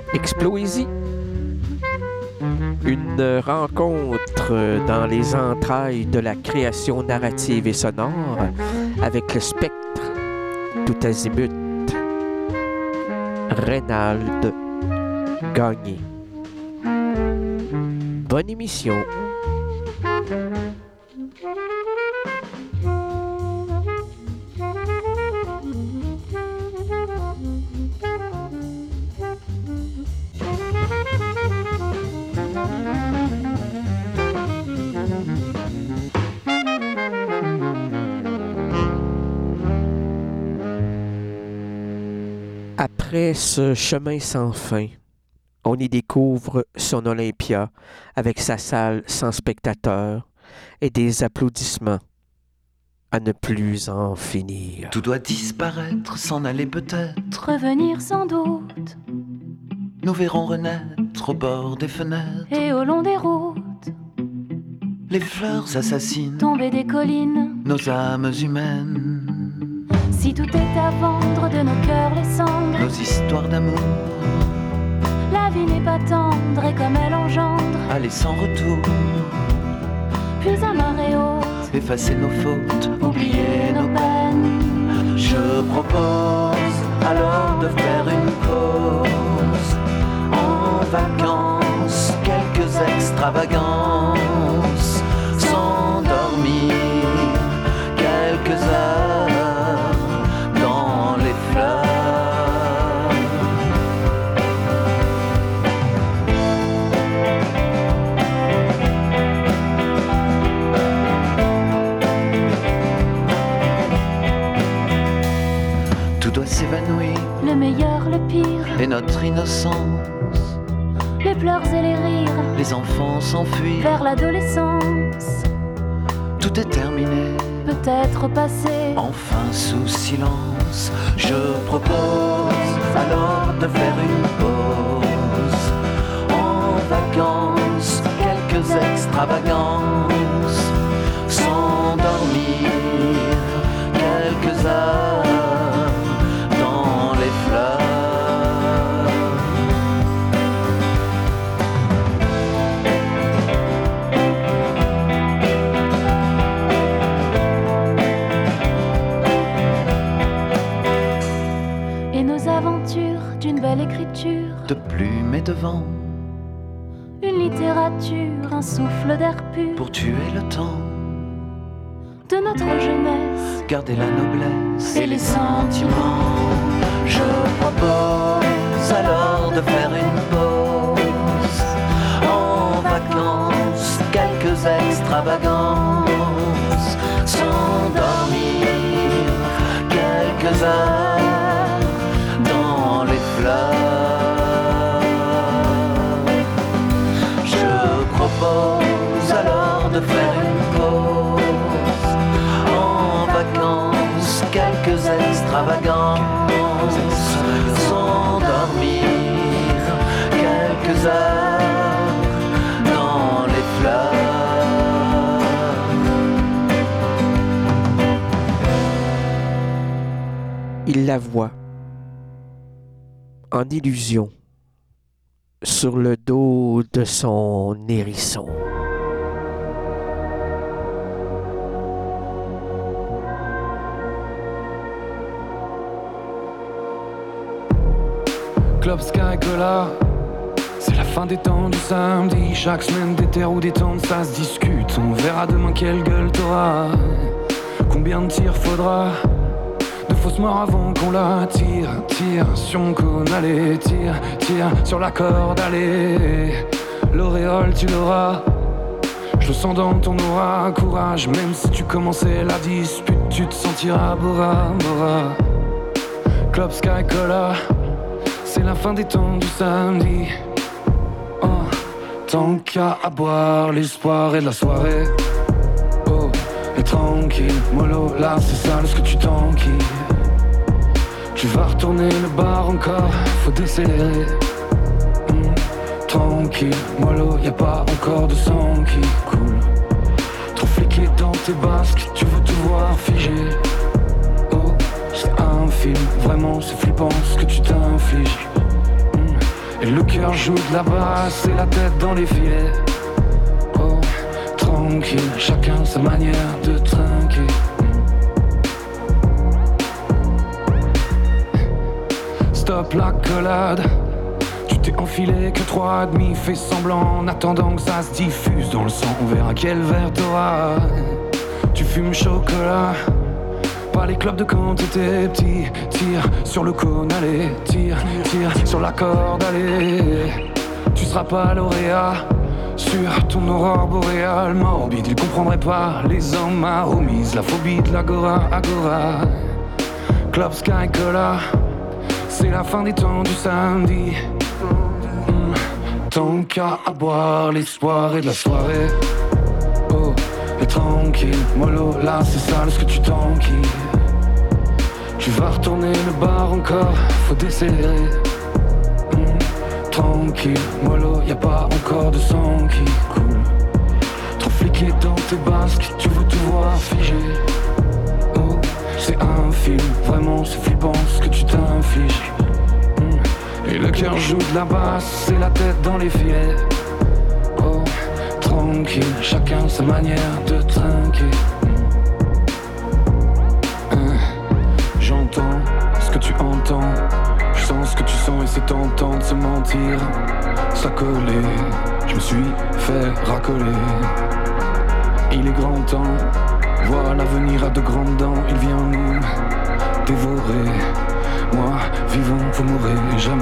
Explosie. Une rencontre dans les entrailles de la création narrative et sonore avec le spectre tout azimut. Reynald Gagné. Bonne émission. Après ce chemin sans fin, on y découvre son Olympia avec sa salle sans spectateurs et des applaudissements à ne plus en finir. Tout doit disparaître, s'en aller peut-être, revenir sans doute. Nous verrons renaître au bord des fenêtres et au long des routes. Les fleurs assassines, tomber des collines, nos âmes humaines. Si tout est à vendre, de nos cœurs les cendres, nos histoires d'amour. La vie n'est pas tendre et comme elle engendre, aller sans retour. Puis à marée haute, effacer nos fautes, oublier nos peines. Je propose alors de faire une pause, en vacances, quelques extravagances, s'endormir quelques heures dans les fleurs. Tout doit s'évanouir, le meilleur, le pire, et notre innocence, les pleurs et les rires, les enfants s'enfuient vers l'adolescence. Tout est terminé, peut-être passé, enfin sous silence. Je propose alors de faire une pause, en vacances, quelques extravagances, s'endormir quelques heures dans les fleurs. D'une belle écriture, de plumes et de vent, une littérature, un souffle d'air pur, pour tuer le temps de notre jeunesse, garder la noblesse et les sentiments. Je propose alors de faire une pause, en vacances, quelques extravagances, s'endormir quelques heures dans les fleurs. Je propose alors de faire une pause, en vacances, quelques extravagances, s'endormir quelques heures dans les fleurs. Il la voit en illusion sur le dos de son hérisson. Club Sky Cola, c'est la fin des temps du samedi. Chaque semaine des terres ou des tentes, ça se discute. On verra demain quelle gueule t'auras, combien de tirs faudra, de fausses morts avant qu'on la tire. Tire sur mon cône, allez, tire sur la corde, allez. L'auréole tu l'auras, je le sens dans ton aura. Courage, même si tu commençais la dispute, tu te sentiras Bora Bora. Club Sky Cola, c'est la fin des temps du samedi. Oh, tant qu'à à boire, l'espoir et de la soirée. Oh, et tranquille, mollo, là c'est sale ce que tu t'enquilles. Tu vas retourner le bar encore, faut décélérer. Tranquille, mollo, y'a pas encore de sang qui coule. Trop fliqué dans tes basques, tu veux te voir figé. Oh, c'est un film, vraiment c'est flippant ce que tu t'infliges. Et le cœur joue de la basse et la tête dans les filets. Oh, tranquille, chacun sa manière de trinquer. Stop la collade. Tu t'es enfilé que 3,5, fais semblant en attendant que ça se diffuse dans le sang. On verra quel verre t'auras. Tu fumes chocolat, pas les clopes de quand t'étais petit. Tire sur le cône, allez, tire sur la corde, allez. Tu seras pas lauréat sur ton aurore boréale morbide. Ils comprendraient pas les hommes à homies, la phobie de l'agora, agora. Club Sky Cola, c'est la fin des temps du samedi. Tant qu'à boire les soirées de la soirée. Oh, et tranquille, mollo, là c'est sale ce que tu t'enquilles. Tu vas retourner le bar encore, faut décélérer. Tranquille, mollo, y a pas encore de sang qui coule. Trop fliqué dans tes basques, tu veux tout voir figé. Oh, c'est un film, vraiment c'est flippant ce que tu t'infliges. Et le cœur joue de la basse et la tête dans les filets. Oh, tranquille, chacun sa manière de trinquer. J'entends ce que tu entends, je sens ce que tu sens et c'est tentant de se mentir. Ça collait, je me suis fait racoler. Il est grand temps, vois l'avenir à de grandes dents. Il vient nous dévorer. Moi, vivant, vous mourrez jamais.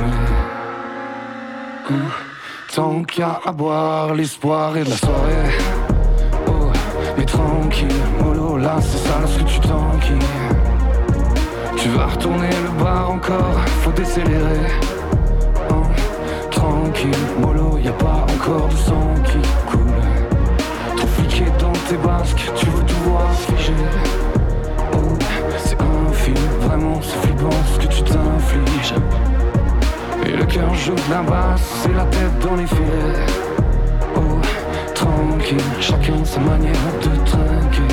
Tant qu'à boire l'espoir et de la soirée. Oh, mais tranquille, mollo, là c'est ça ce que tu t'enquilles. Tu vas retourner le bar encore, faut décélérer. Oh, tranquille, mollo, y a pas encore de sang qui coule. Trop fliqué dans tes basques, tu veux tout voir figé. Oh, c'est un film, vraiment c'est flippant ce que tu t'infliges. Et le cœur joue de la basse et la tête dans les filets. Oh, tranquille, chacun sa manière de trinquer.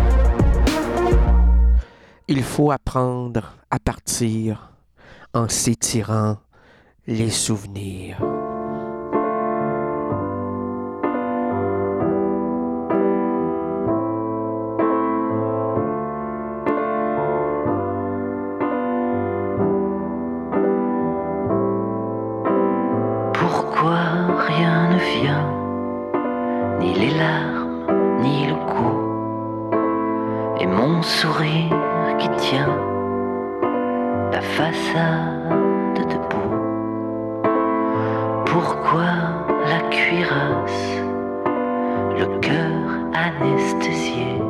Il faut apprendre à partir en s'étirant les souvenirs. Pourquoi rien ne vient, ni les larmes, ni le coup, et mon sourire qui tient la façade debout. Pourquoi la cuirasse, le cœur anesthésié,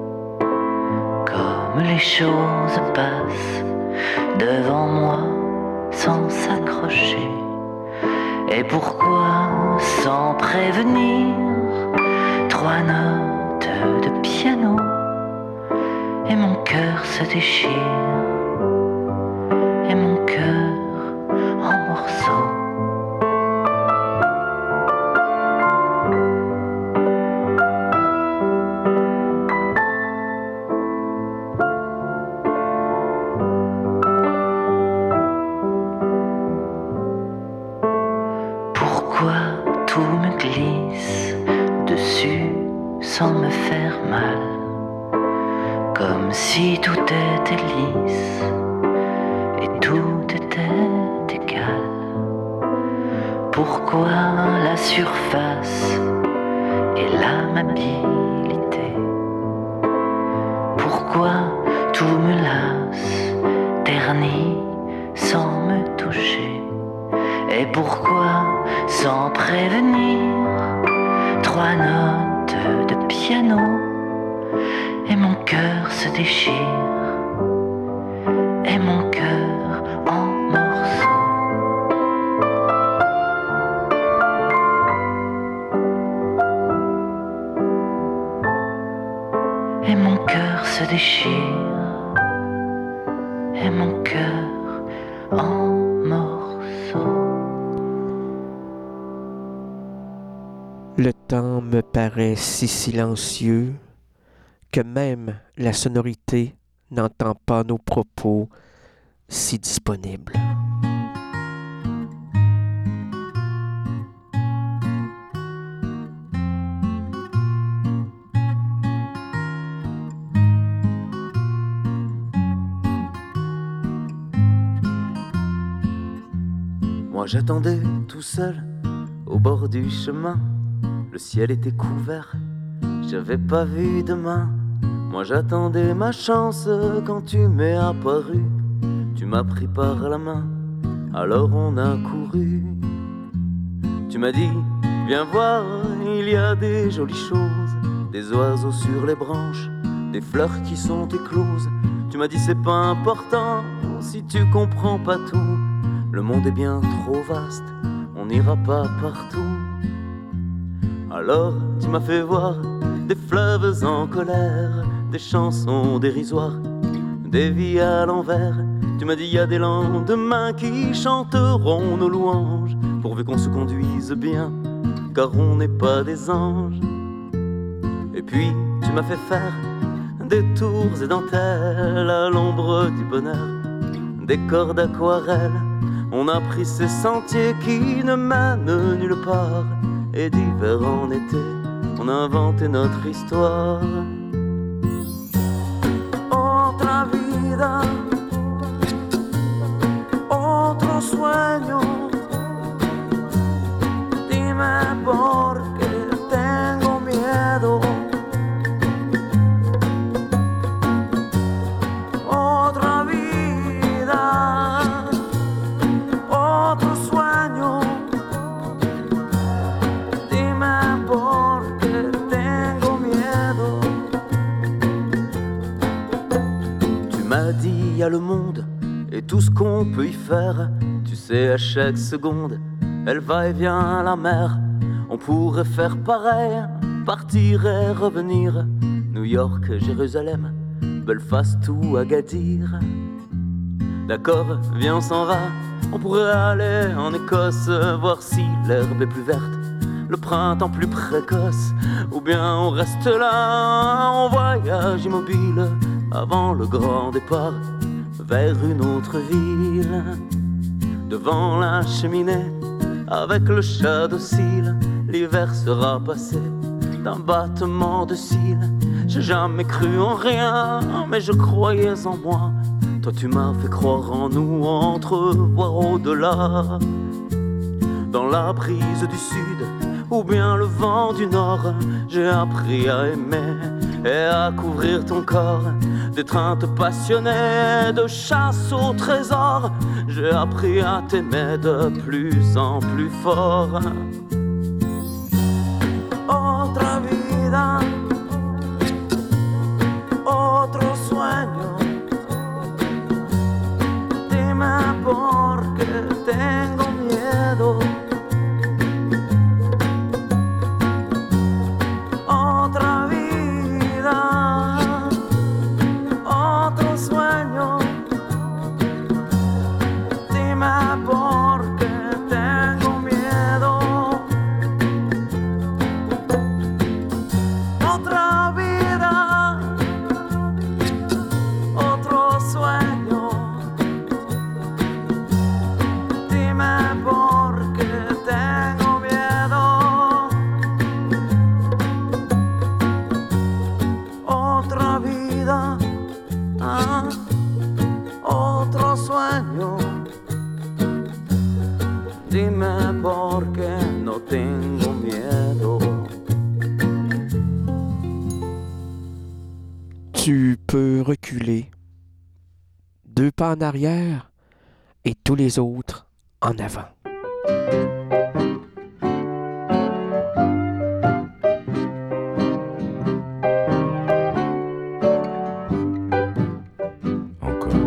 comme les choses passent devant moi sans s'accrocher. Et pourquoi, sans prévenir, 3 notes de piano et mon cœur se déchire, et mon cœur en morceaux. Pourquoi tout me glisse dessus sans me faire mal, comme si tout était lisse et tout était égal. Pourquoi la surface et l'amabilité? Pourquoi tout me lasse, terni sans me toucher? Et pourquoi, sans prévenir, 3 notes de piano et mon cœur se déchire, et mon cœur en morceaux. Et mon cœur se déchire, et mon cœur en morceaux. Le temps me paraît si silencieux que même la sonorité n'entend pas nos propos si disponibles. Moi j'attendais tout seul au bord du chemin. Le ciel était couvert, j'avais pas vu demain. Moi j'attendais ma chance quand tu m'es apparu. Tu m'as pris par la main, alors on a couru. Tu m'as dit, viens voir, il y a des jolies choses. Des oiseaux sur les branches, des fleurs qui sont écloses. Tu m'as dit, c'est pas important si tu comprends pas tout. Le monde est bien trop vaste, on n'ira pas partout. Alors tu m'as fait voir des fleuves en colère, des chansons dérisoires, des vies à l'envers. Tu m'as dit, y a des lendemains qui chanteront nos louanges, pourvu qu'on se conduise bien, car on n'est pas des anges. Et puis tu m'as fait faire des tours et dentelles à l'ombre du bonheur, des corps d'aquarelle. On a pris ces sentiers qui ne mènent nulle part, et d'hiver en été, on a inventé notre histoire. Otra vida, otro sueño. Dime por qué tengo miedo. Otra vida, otro sueño. Dime por qué tengo miedo. Tu m'as dit, y a le monde et tout ce qu'on peut y faire. Tu sais, à chaque seconde, elle va et vient la mer. On pourrait faire pareil, partir et revenir. New York, Jérusalem, Belfast ou Agadir. D'accord, viens on s'en va. On pourrait aller en Écosse, voir si l'herbe est plus verte, le printemps plus précoce. Ou bien on reste là, on voyage immobile avant le grand départ vers une autre ville. Devant la cheminée, avec le chat docile, l'hiver sera passé d'un battement de cils. J'ai jamais cru en rien, mais je croyais en moi. Toi tu m'as fait croire en nous, entrevoir au-delà. Dans la brise du sud, ou bien le vent du nord, j'ai appris à aimer et à couvrir ton corps d'étreinte passionnée, de chasse au trésor. J'ai appris à t'aimer de plus en plus fort. Otra vida, otro sueño. Dime por qué tengo miedo. Otra vida, otro sueño. Dime por qué tengo miedo. Otra vida, otro sueño. Dime por qué tengo miedo. Otra vida, otro sueño. Dime por qué no tengo miedo. Tu peux reculer 2 pas en arrière et tous les autres en avant. Encore.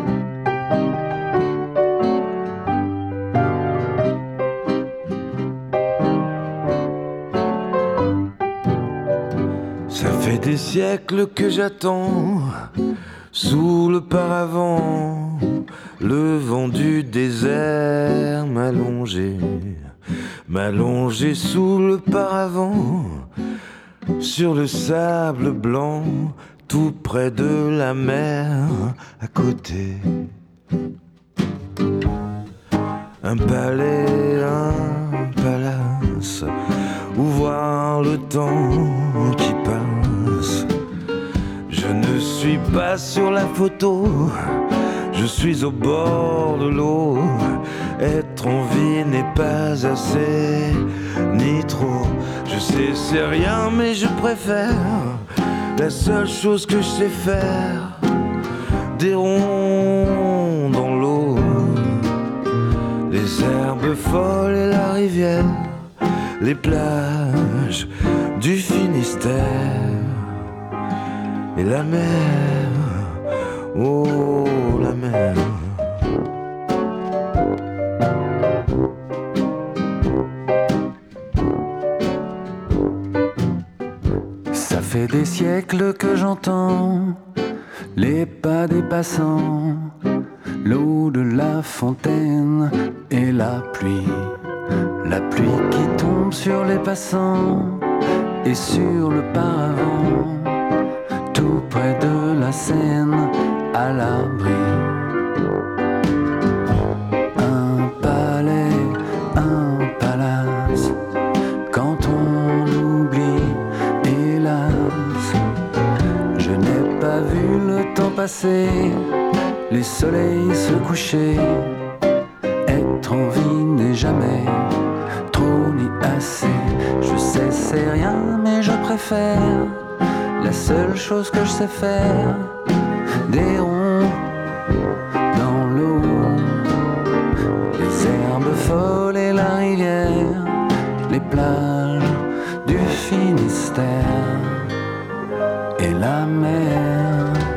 Ça fait des siècles que j'attends sous le paravent, le vent du désert m'allonger sous le paravent, sur le sable blanc, tout près de la mer, à côté. Un palais, un palace, où voir le temps qui passe. Je ne suis pas sur la photo, je suis au bord de l'eau, Être en vie n'est pas assez, ni trop. Je sais c'est rien mais je préfère la seule chose que je sais faire. Des ronds dans l'eau, les herbes folles et la rivière, les plages du Finistère et la mer, oh la mer. Ça fait des siècles que j'entends les pas des passants, l'eau de la fontaine et la pluie qui tombe sur les passants et sur le paravent, tout près de la Seine, à l'abri. Un palais, un palace, quand on l'oublie, hélas, je n'ai pas vu le temps passer, les soleils se coucher. Être en vie n'est jamais trop ni assez. Je sais c'est rien mais je préfère la seule chose que je sais faire. Des ronds dans l'eau, les herbes folles et la rivière, les plages du Finistère et la mer.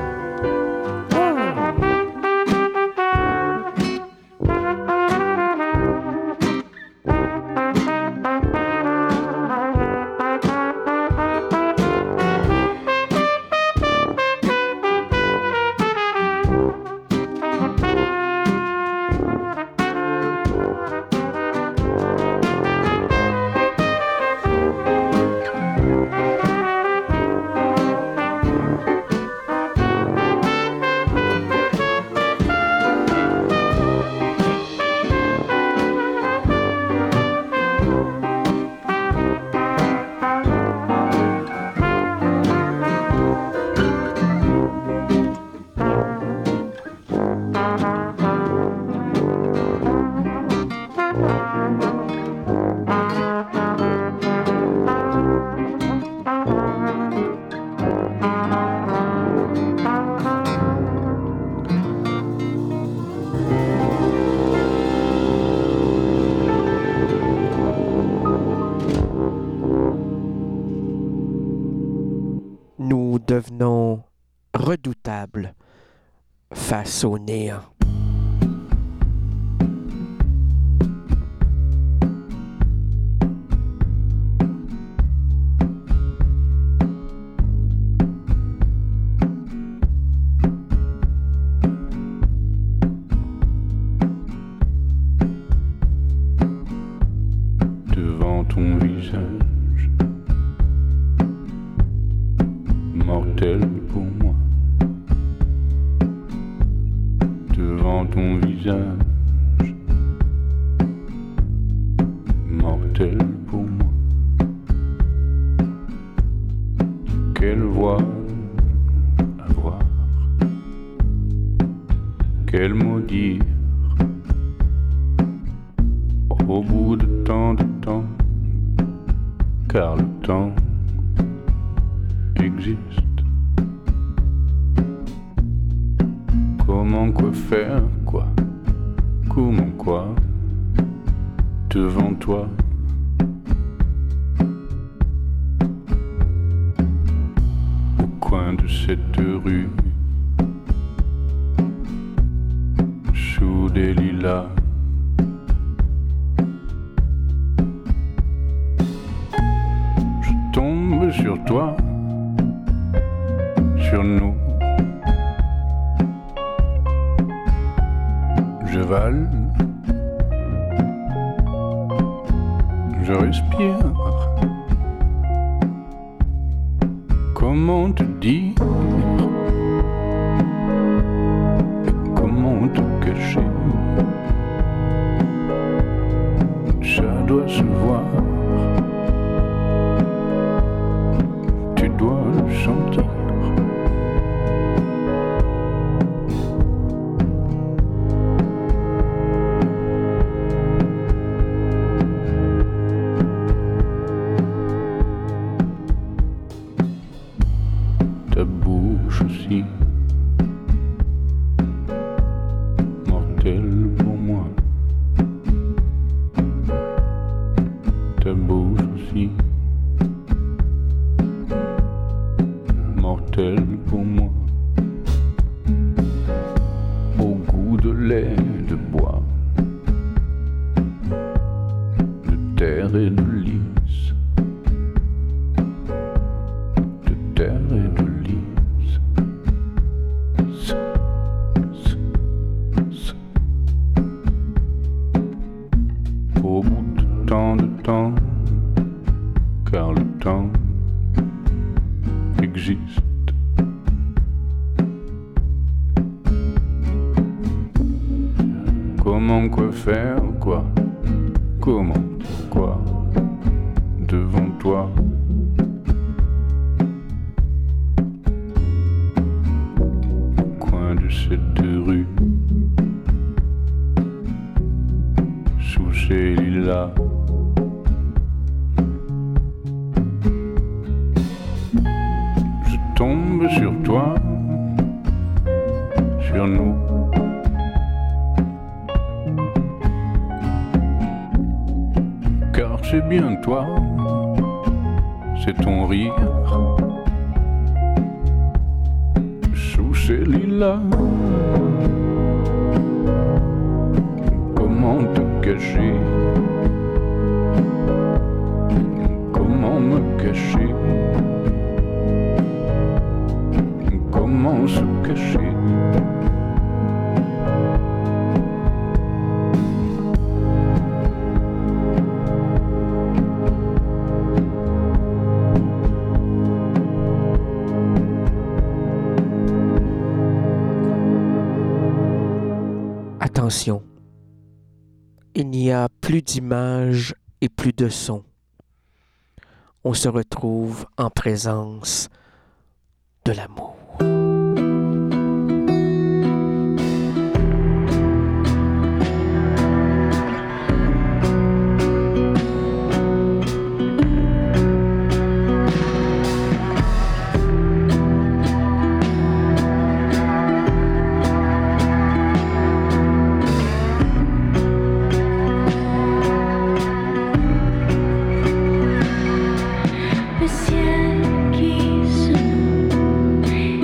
Devenons redoutables face au néant. Devant ton visage mortel pour moi, devant ton visage mortel pour moi. Quelle voix avoir, quel mot dire au bout de tant de temps, car le temps existe. Comment, quoi faire, quoi, comment, quoi, devant toi. Au coin de cette rue, sous des lilas, je tombe sur toi, sur nous. Je vale, je respire. Comment te dire et comment te cacher? Ça doit se voir, tu dois le sentir. lait, de bois, de terre et de lys, de terre et de lys. Au bout de tant de temps, car le temps existe. Comment, quoi faire, quoi? Comment, quoi? Devant toi. Au coin de cette rue, sous ces lilas. Je tombe sur toi, sur nous. Car c'est bien toi, c'est ton rire, sous ces lilas. Comment te cacher? Comment me cacher? Comment se cacher? Attention, il n'y a plus d'images et plus de sons. On se retrouve en présence de l'amour. Le ciel qui se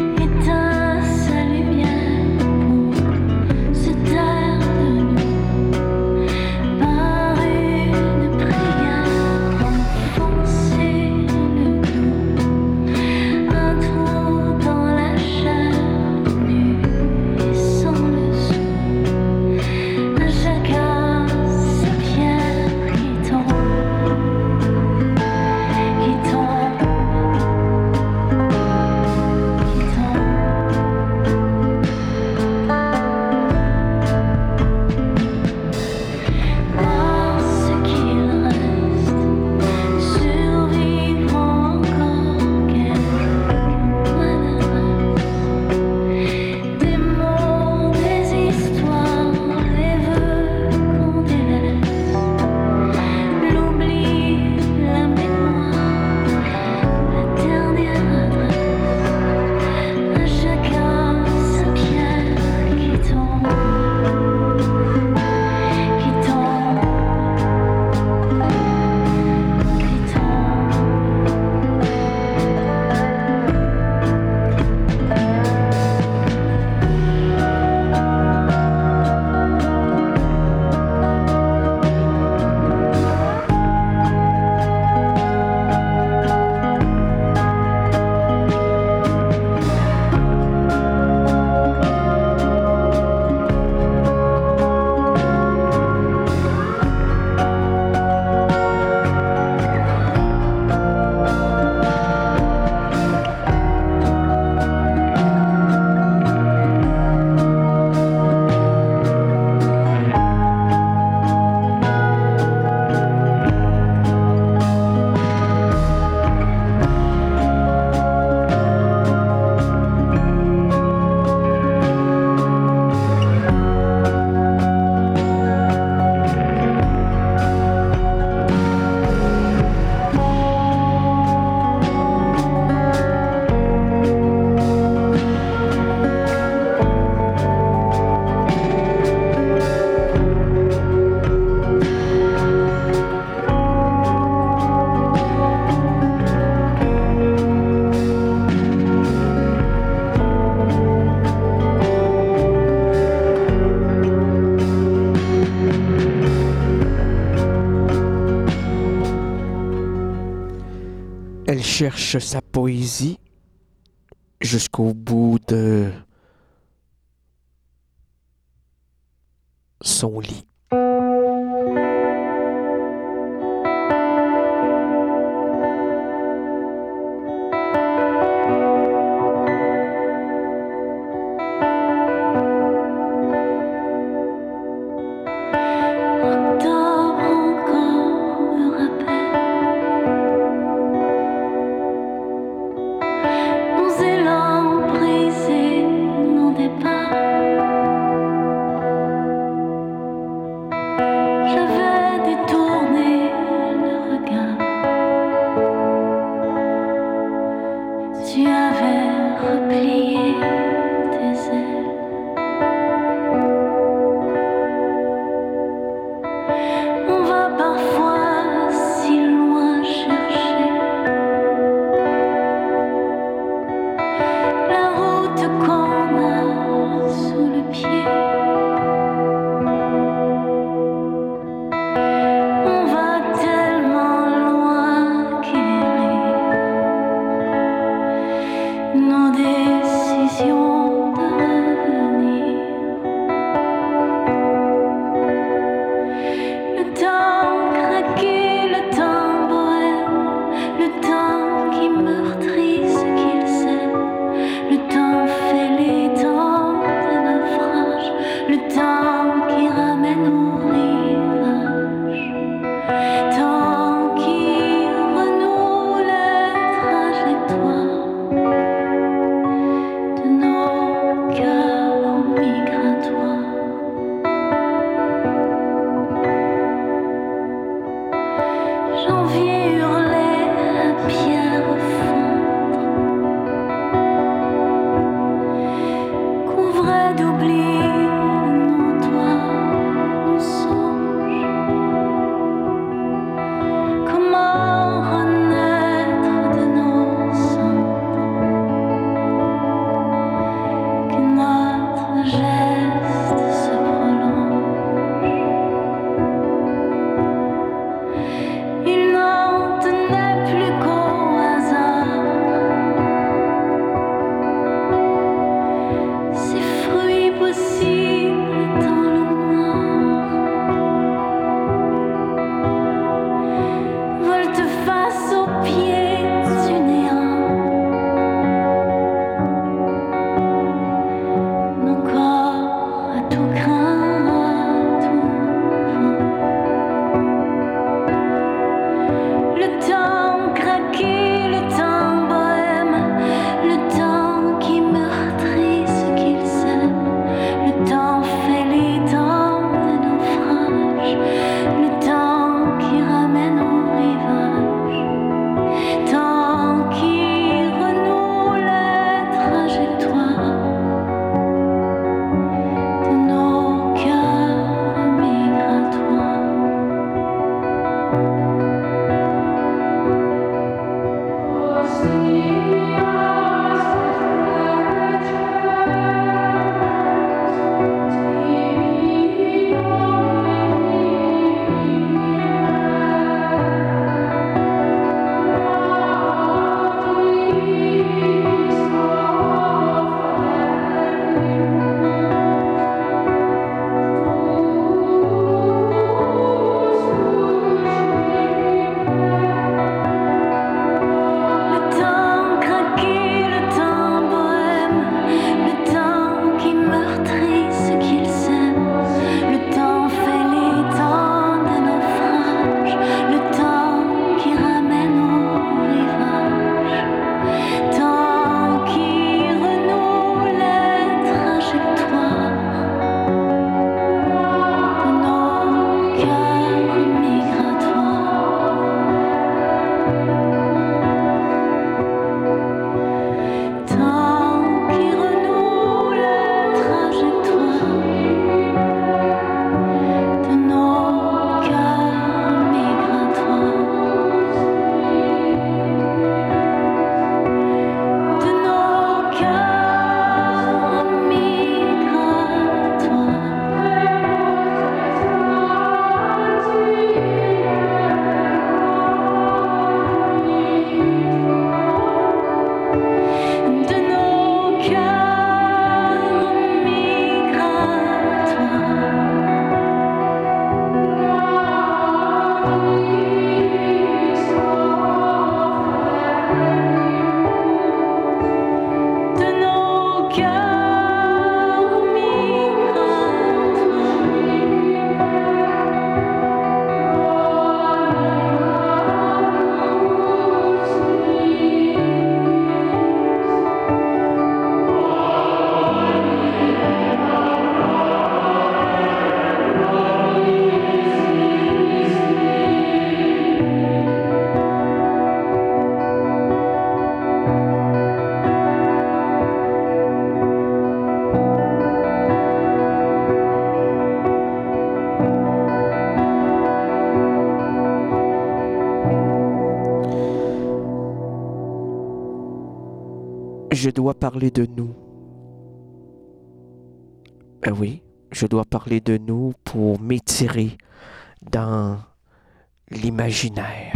cherche sa poésie jusqu'au bout de son lit. de nos je dois parler de nous. Ben oui, je dois parler de nous pour m'étirer dans l'imaginaire.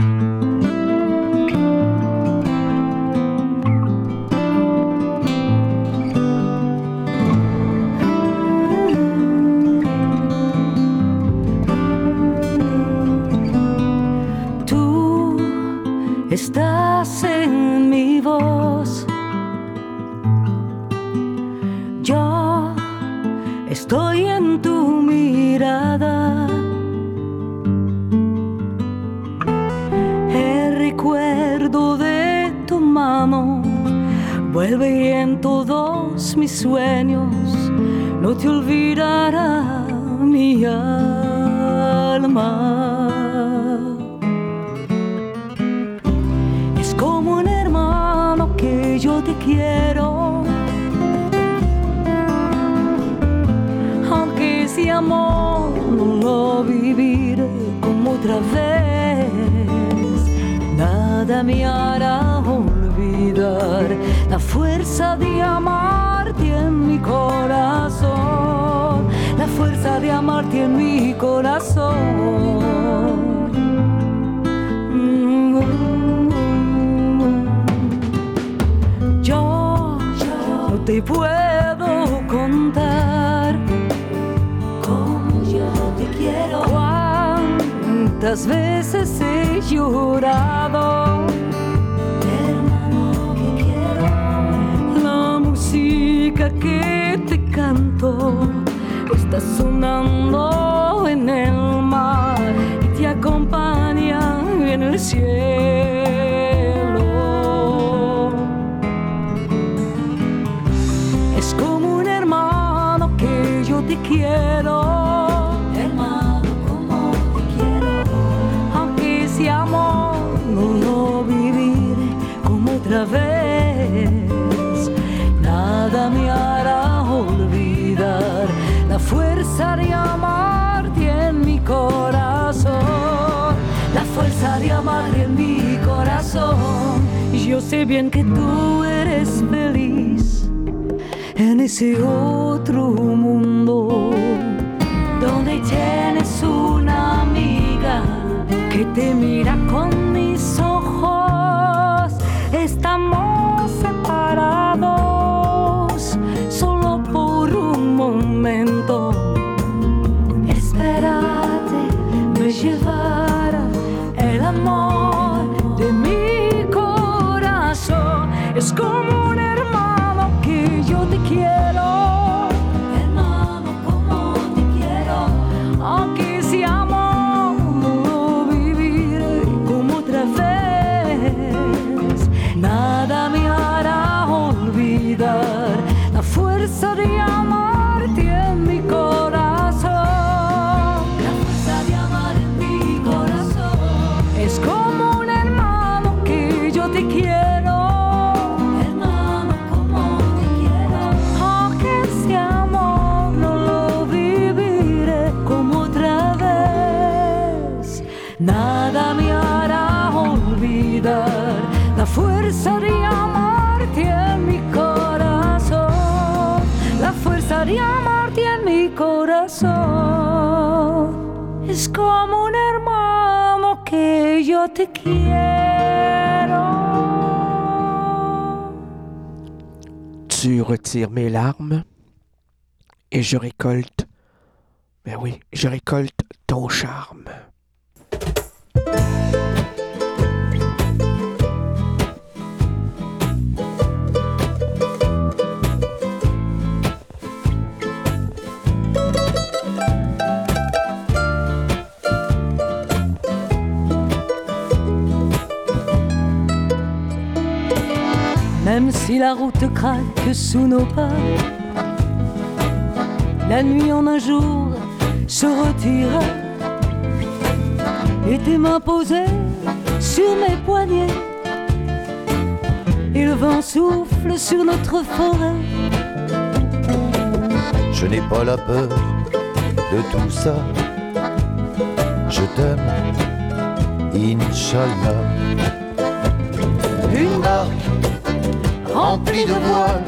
Estás en mi voz, yo estoy en tu mirada. El recuerdo de tu mano vuelve y en todos mis sueños no te olvidará mi alma. Como un hermano que yo te quiero, aunque ese amor no lo viviré como otra vez, nada me hará olvidar la fuerza de amarte en mi corazón, la fuerza de amarte en mi corazón. No te puedo contar cómo yo te quiero, cuántas veces he llorado, hermano que quiero. La música que te canto está sonando en el mar y te acompaña en el cielo. Te quiero, hermano, como te quiero, aunque ese amor no lo viviré como otra vez, nada me hará olvidar la fuerza de amarte en mi corazón, la fuerza de amarte en mi corazón. Yo sé bien que tú eres feliz en ese otro mundo donde tienes una amiga que te mira con mis ojos. Estamos separados solo por un momento. Espérate, me llevará el amor de mi corazón. Es como un hermano que yo te quiero, hermano, como te quiero, aunque ese amor no lo viviré como otra vez, nada me hará olvidar la fuerza de amarte en mi corazón, la fuerza de amar en mi corazón. Es como un hermano que yo te quiero, nada me hará olvidar la fuerza de amarte en mi corazón, la fuerza de amarte en mi corazón. Es como un hermano que yo te quiero. Tu retires mes larmes et je récolte, ben oui, je récolte ton charme. Même si la route craque sous nos pas, la nuit en un jour se retira et tes mains posées sur mes poignets et le vent souffle sur notre forêt. Je n'ai pas la peur de tout ça, je t'aime, Inch'Allah. Une barque rempli de voiles,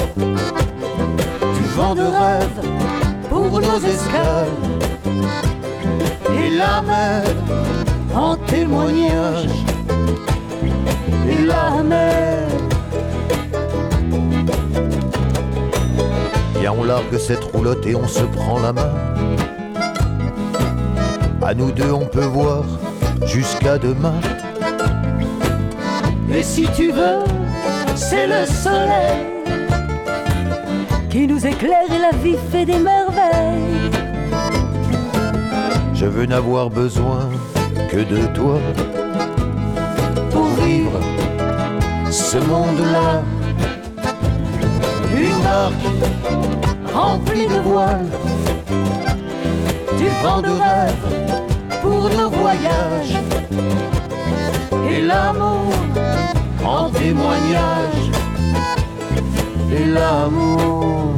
du vent de rêve pour nos escales, et la mer en témoignage, et la mer. Viens, on largue cette roulotte et on se prend la main. À nous deux on peut voir jusqu'à demain. Et si tu veux, c'est le soleil qui nous éclaire et la vie fait des merveilles. Je veux n'avoir besoin que de toi pour vivre ce monde-là. Une barque remplie de voiles, du vent de rêve pour nos voyages, et l'amour en témoignage, et l'amour.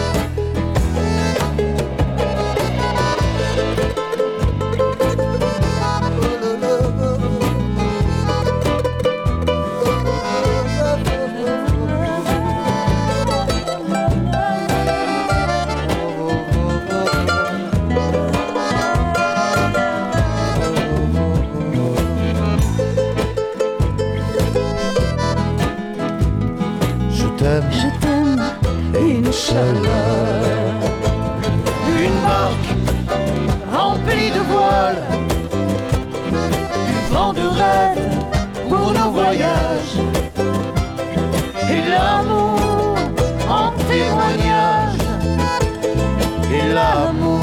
Je t'aime, Inch'Allah. Une barque remplie de voiles, du vent de rêve pour nos voyages, et l'amour en témoignage, et l'amour.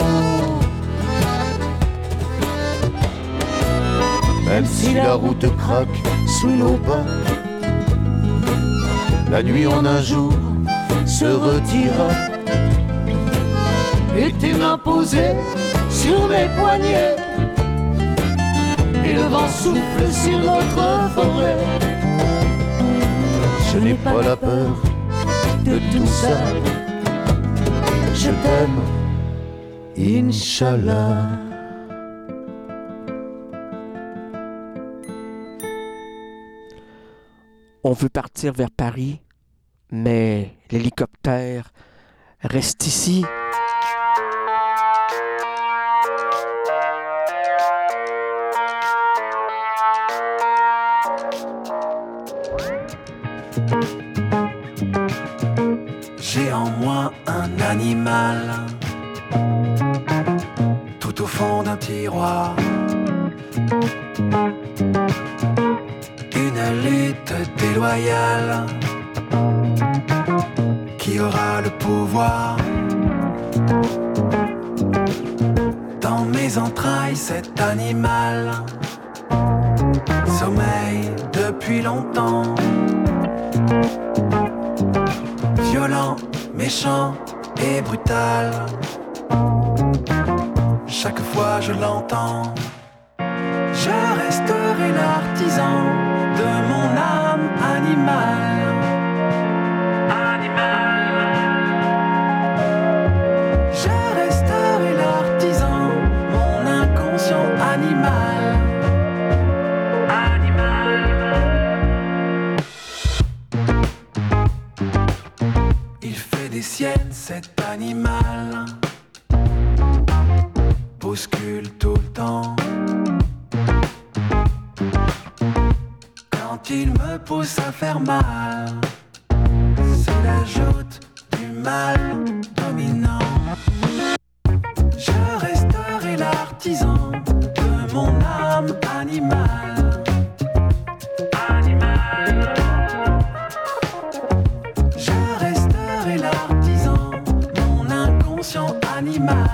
Même si la route craque sous nos pas, la nuit en un jour se retira, et tes mains posées sur mes poignets, et le vent souffle sur notre forêt. Je n'ai pas la peur de tout ça. Je t'aime, Inch'Allah. On veut partir vers Paris, mais l'hélicoptère reste ici. J'ai en moi un animal, tout au fond d'un tiroir. Une lutte déloyale qui aura le pouvoir. Dans mes entrailles, cet animal sommeille depuis longtemps. Violent, méchant et brutal. Chaque fois je l'entends. Je resterai l'artisan de mon âme animale. Je resterai l'artisan, mon inconscient animal. Il fait des siennes cet animal, bouscule tout le temps. Quand il me pousse à faire mal, c'est la joute du mal dominant. Je resterai l'artisan de mon âme animale. Je resterai l'artisan, mon inconscient animal.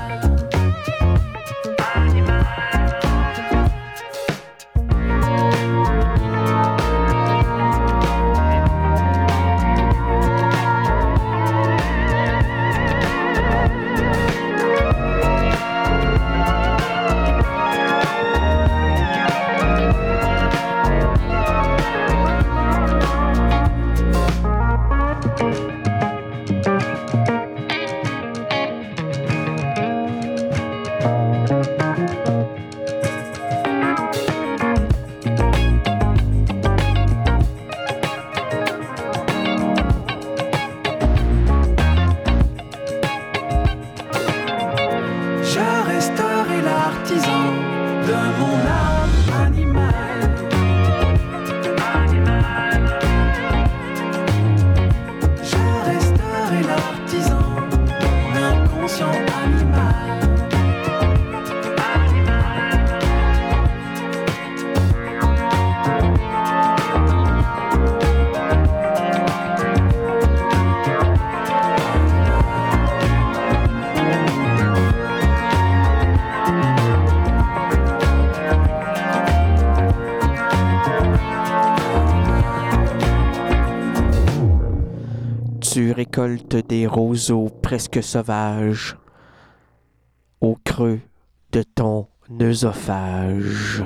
Tu récoltes des roseaux presque sauvages au creux de ton œsophage.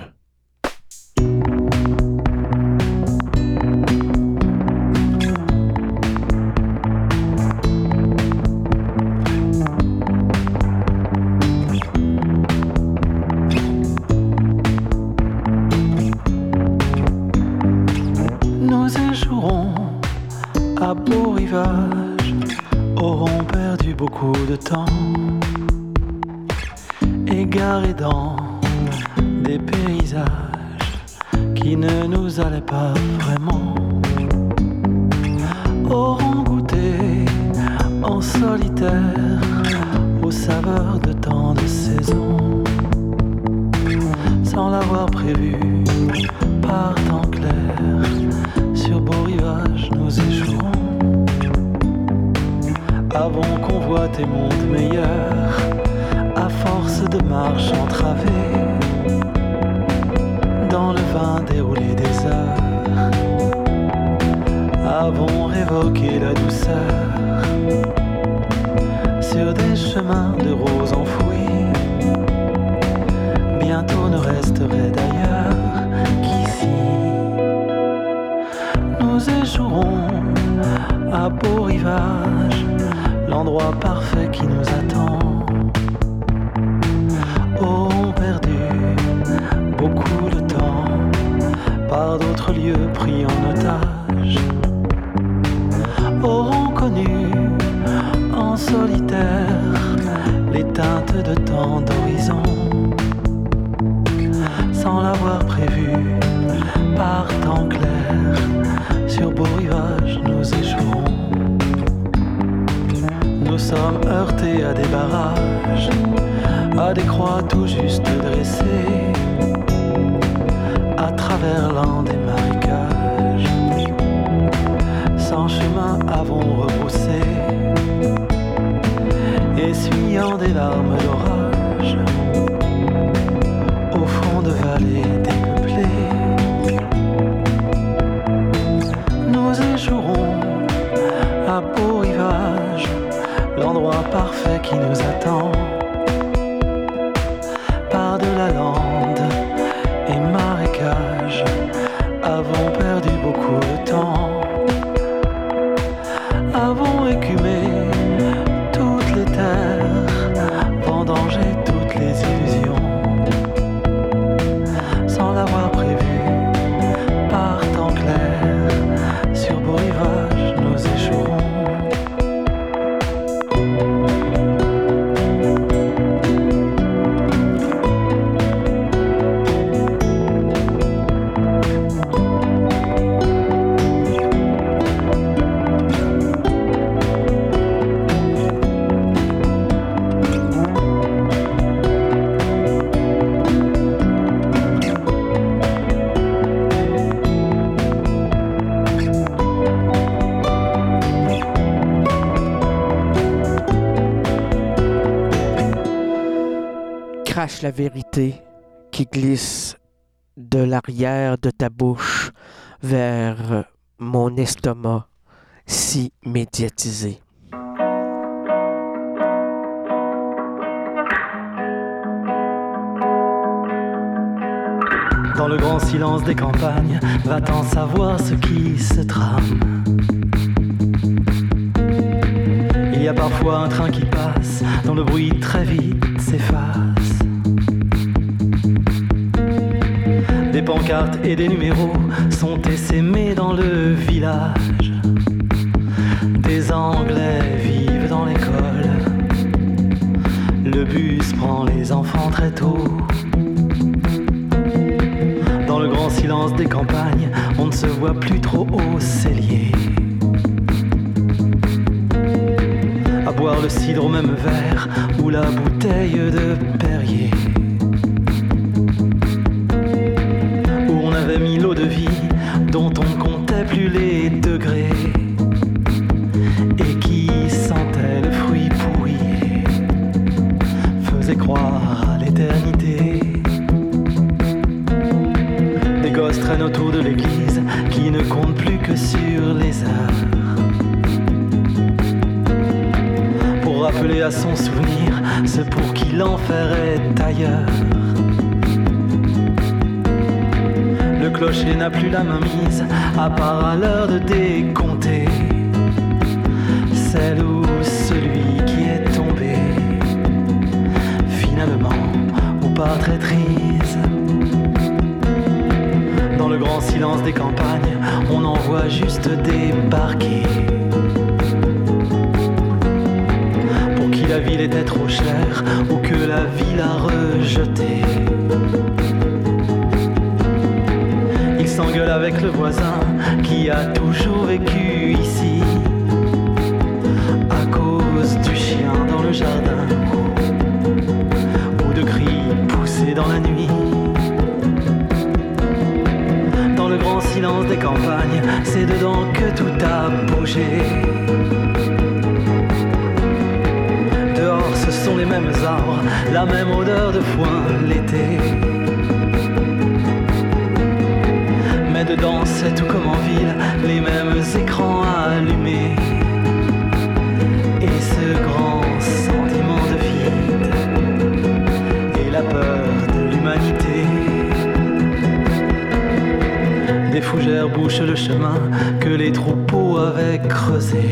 Nous échouerons à beau rivage, auront perdu beaucoup de temps, égarés dans des paysages qui ne nous allaient pas vraiment, auront goûté en solitaire aux saveurs de tant de saisons, sans l'avoir prévu par temps clair. Sur beau rivage, nous échouerons. Avons convoité mondes meilleurs, à force de marche entravée, dans le vin déroulé des heures. Avons révoqué la douceur, sur des chemins de roses enfouis. Bientôt ne resterait d'ailleurs qu'ici. Nous échouerons à beau rivage, l'endroit parfait qui nous attend. Auront perdu beaucoup de temps par d'autres lieux pris en otage. Auront connu en solitaire les teintes de tant d'horizons, sans l'avoir prévu par temps clair. Sur beau rivage, nous échouerons. Nous sommes heurtés à des barrages, à des croix tout juste dressées, à travers l'Inde des marécages. Sans chemin avons rebroussé, essuyant des larmes d'orage, au fond de vallées dépeuplées. Nous échouerons à beau rivage, l'endroit parfait qui nous attend. Par de la lande et marécage, avons perdu beaucoup de temps. Avons écumé toutes les terres, vendangé toutes les illusions, sans l'avoir prévu par temps clair. Sur beau rivage, nous échouerons. Crache la vérité qui glisse de l'arrière de ta bouche vers mon estomac si médiatisé. Dans le grand silence des campagnes, va-t'en savoir ce qui se trame. Il y a parfois un train qui passe, dont le bruit très vite s'efface. Des pancartes et des numéros sont essaimés dans le village. Des Anglais vivent dans l'école. Le bus prend les enfants très tôt. Dans le grand silence des campagnes, on ne se voit plus trop au cellier. À boire le cidre au même verre ou la bouteille de Perrier, où on avait mis l'eau de vie dont on ne comptait plus les degrés et qui sentait le fruit pourri, faisait croire à l'éternité. Des gosses traînent autour de l'église qui ne comptent plus que sur les heures, pour rappeler à son souvenir ce pour qui l'enfer est ailleurs. Le clocher n'a plus la main mise, à part à l'heure de décompter celle ou celui qui est tombé, finalement ou par traîtrise. Dans le grand silence des campagnes, on en voit juste débarquer. Pour qui la ville était trop chère ou que la ville a rejeté. Il s'engueule avec le voisin qui a toujours vécu ici, à cause du chien dans le jardin ou de cris poussés dans la nuit. Dans le grand silence des campagnes, c'est dedans que tout a bougé. Dehors ce sont les mêmes arbres, la même odeur de foin l'été. Mais dedans c'est tout comme en ville, les mêmes écrans allumés. Et ce grand sentiment de vide et la peur de l'humanité. Des fougères bouchent le chemin que les troupeaux avaient creusé,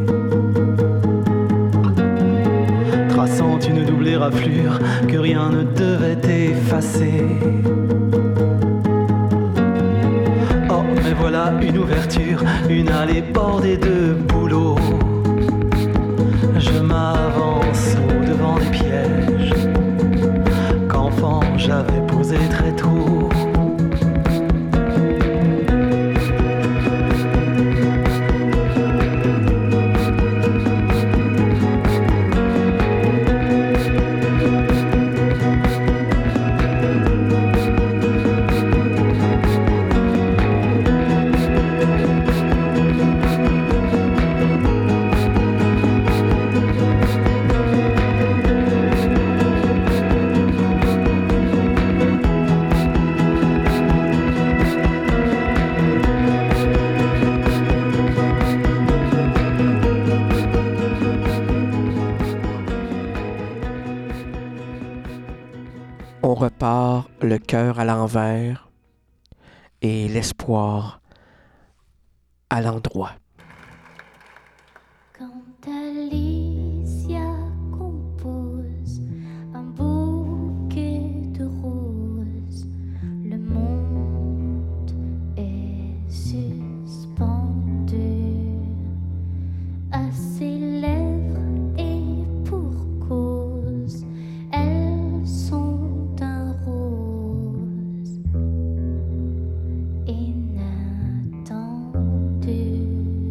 traçant une double éraflure que rien ne devait effacer. Oh, mais voilà une ouverture, une allée bordée de bouleaux. Je m'avance au-devant des pièges qu'enfant j'avais posé très tôt. On repart le cœur à l'envers et l'espoir à l'endroit. Quand Alicia compose un bouquet de roses, le monde est suspendu à ses lèvres et pour cause, elles sont d'un rose inattendu.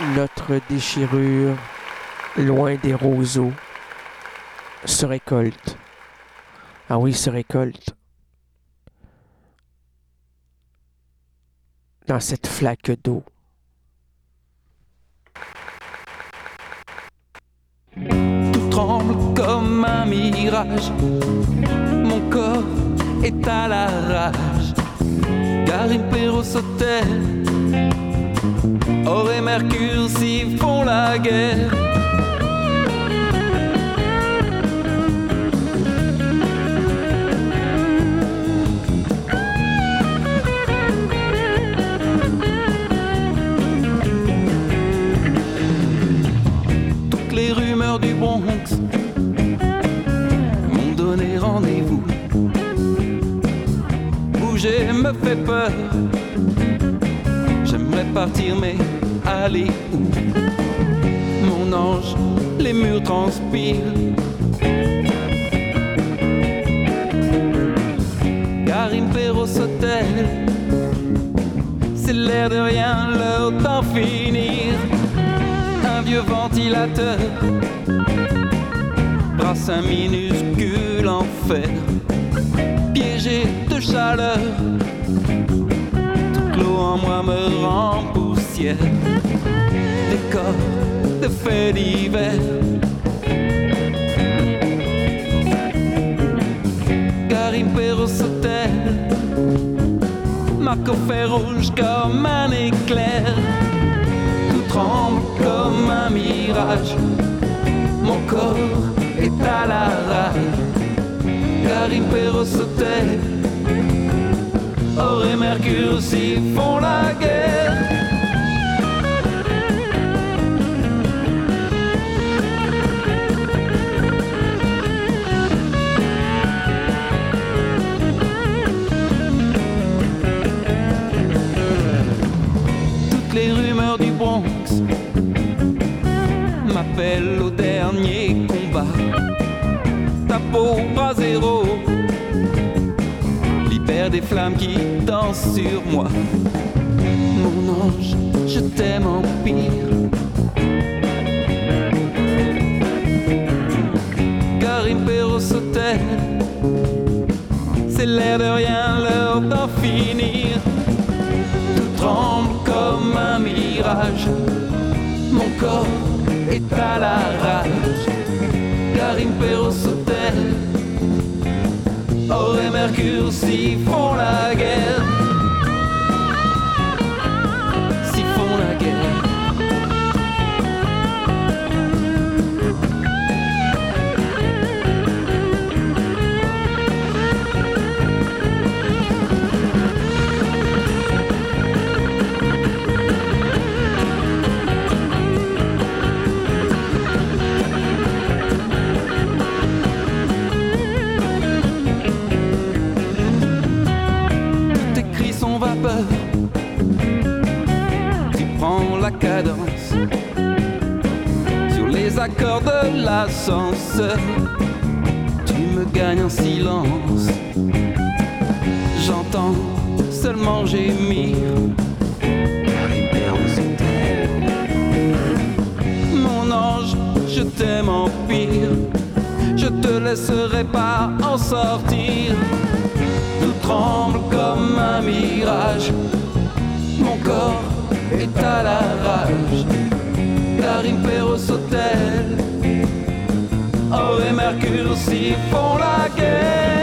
Notre déchirure, loin des roseaux, se récolte. Ah oui, se récolte. Dans cette flaque d'eau. Tout tremble comme un mirage. Mon corps est à la rage. Garimpero Sauter, Or et Mercure s'y font la guerre. Toutes les rumeurs du Bronx m'ont donné rendez-vous. Bouger me fait peur. J'aimerais partir mais aller où? Mon ange, les murs transpirent. Garimpero Sauter, c'est l'air de rien, l'heure d'en finir. Un vieux ventilateur brasse un minuscule enfer, piégé de chaleur. Toute l'eau en moi me rend poussière. Décor de faits d'hiver. Garimpero Sauter, marque au fer rouge comme un éclair. Tout tremble comme un mirage. Mon corps est à la rage. Garimpero Sauter, Or et Mercure s'y font la guerre. Toutes les rumeurs du Bronx m'appellent au dernier combat. Ta peau bras zéro libère des flammes qui dansent sur moi. Mon ange, je t'aime empire. Garimpero Sauter, c'est l'air de rien, l'heure d'en finir. Tout tremble comme un mirage. Mon corps est à la rage. Garimpero Sauter, Or et Mercure s'y font la guerre. S'y font la guerre. Tu prends la cadence sur les accords de l'ascenseur. Tu me gagnes en silence. J'entends seulement gémir. Mon ange, je t'aime empire. Je te laisserai pas en sortir. Tout tremble comme un mirage. Mon corps est à la rage. Garimpero Sauter, Or et Mercure s'y font la guerre.